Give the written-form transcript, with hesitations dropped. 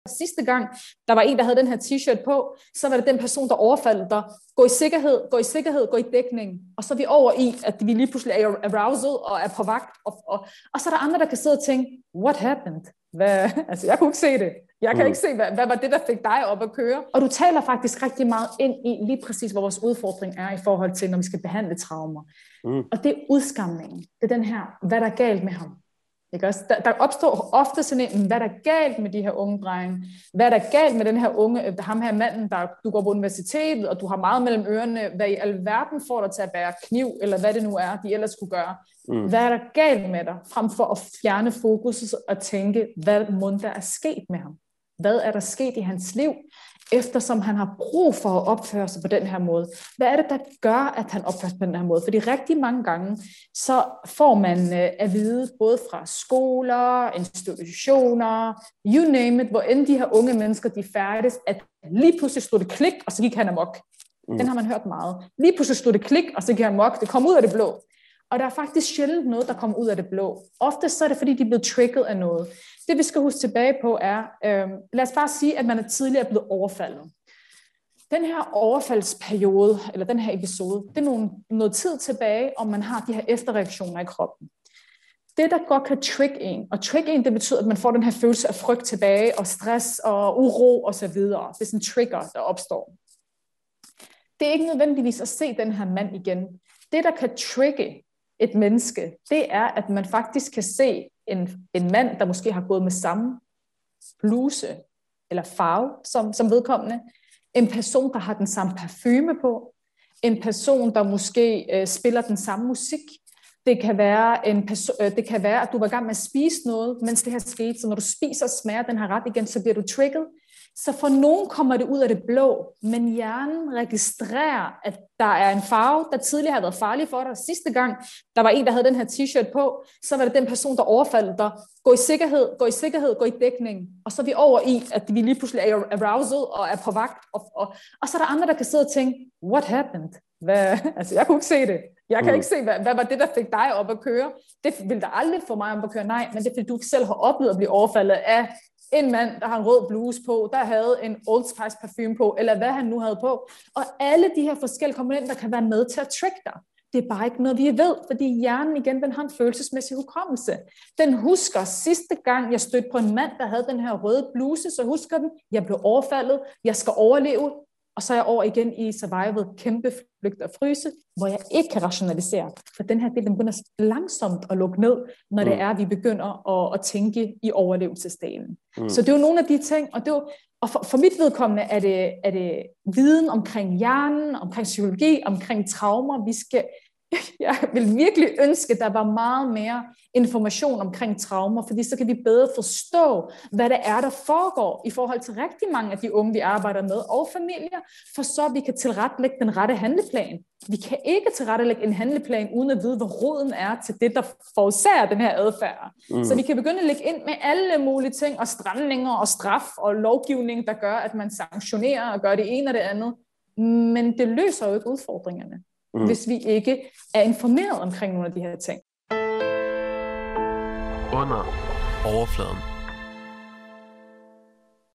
Sidste gang, der var en, der havde den her t-shirt på, så var det den person, der overfaldt dig. Gå i sikkerhed, gå i sikkerhed, gå i dækning. Og så er vi over i, at vi lige pludselig er aroused og er på vagt. Og så er der andre, der kan sidde og tænke, what happened? Altså, jeg kunne ikke se det. Jeg kan ikke se, hvad var det, der fik dig op at køre? Og du taler faktisk rigtig meget ind i lige præcis, hvor vores udfordring er i forhold til, når vi skal behandle traumer. Og det er udskamningen. Det er den her, hvad der er galt med ham. Ikke også? Der opstår ofte sådan en, hvad der er galt med de her unge drenge? Hvad der er galt med den her unge, ham her manden, du går på universitetet, og du har meget mellem ørerne. Hvad i alverden får dig til at bære kniv, eller hvad det nu er, de ellers skulle gøre? Hvad er der galt med dig? Frem for at fjerne fokus og tænke, hvad må der er sket med ham? Hvad er der sket i hans liv, eftersom han har brug for at opføre sig på den her måde? Hvad er det, der gør, at han opfører sig på den her måde? Fordi rigtig mange gange, så får man at vide, både fra skoler, institutioner, you name it, hvor end de her unge mennesker, de færdes, at lige pludselig stod det klik, og så gik han amok. Den har man hørt meget. Lige pludselig stod det klik, og så gik han amok. Det kom ud af det blå. Og der er faktisk sjældent noget, der kommer ud af det blå. Ofte så er det, fordi de er blevet trigget af noget. Det, vi skal huske tilbage på, er, lad os bare sige, at man er tidligere blevet overfaldet. Den her overfaldsperiode, eller den her episode, det er noget tid tilbage, om man har de her efterreaktioner i kroppen. Det, der godt kan trigge en, og trigge en, det betyder, at man får den her følelse af frygt tilbage, og stress, og uro, og så videre. Det er sådan en trigger, der opstår. Det er ikke nødvendigvis at se den her mand igen. Det, der kan trigge et menneske, det er, at man faktisk kan se en mand, der måske har gået med samme bluse eller farve som vedkommende, en person, der har den samme parfume på, en person, der måske spiller den samme musik. Det kan være, at du var i gang med at spise noget, mens det her skete, så når du spiser og smager den her ret igen, så bliver du trigget. Så for nogen kommer det ud af det blå, men hjernen registrerer, at der er en farve, der tidligere har været farlig for dig. Sidste gang, der var en, der havde den her t-shirt på, så var det den person, der overfaldt dig. Gå i sikkerhed, gå i sikkerhed, gå i dækning. Og så er vi over i, at vi lige pludselig er aroused og er på vagt. Og så er der andre, der kan sidde og tænke, what happened? Altså, jeg kunne ikke se det. Jeg kan ikke se, hvad var det, der fik dig op at køre? Det ville der aldrig få mig op at køre. Nej, men det er, fordi du ikke selv har oplevet at blive overfaldet af en mand, der har en rød bluse på, der havde en Old Spice parfume på, eller hvad han nu havde på. Og alle de her forskellige komponenter kan være med til at trigge dig. Det er bare ikke noget, vi ved, fordi hjernen igen, den har en følelsesmæssig hukommelse. Den husker sidste gang, jeg stødte på en mand, der havde den her røde bluse, så husker den, jeg blev overfaldet, jeg skal overleve, og så er jeg over igen i survival, kæmpe flygt og fryse, hvor jeg ikke kan rationalisere. For den her del, den begynder langsomt at lukke ned, når det er, at vi begynder at tænke i overlevelsesdelen. Så det er jo nogle af de ting, og for mit vedkommende er det viden omkring hjernen, omkring psykologi, omkring traumer. Jeg vil virkelig ønske, at der var meget mere information omkring traumer, fordi så kan vi bedre forstå, hvad det er, der foregår i forhold til rigtig mange af de unge, vi arbejder med, og familier, for så vi kan tilrettelægge den rette handleplan. Vi kan ikke tilrettelægge en handleplan, uden at vide, hvor roden er til det, der forårsager den her adfærd. Så vi kan begynde at lægge ind med alle mulige ting, og stramninger og straf og lovgivning, der gør, at man sanktionerer og gør det ene og det andet. Men det løser jo ikke udfordringerne, hvis vi ikke er informeret omkring nogle af de her ting. Under overfladen.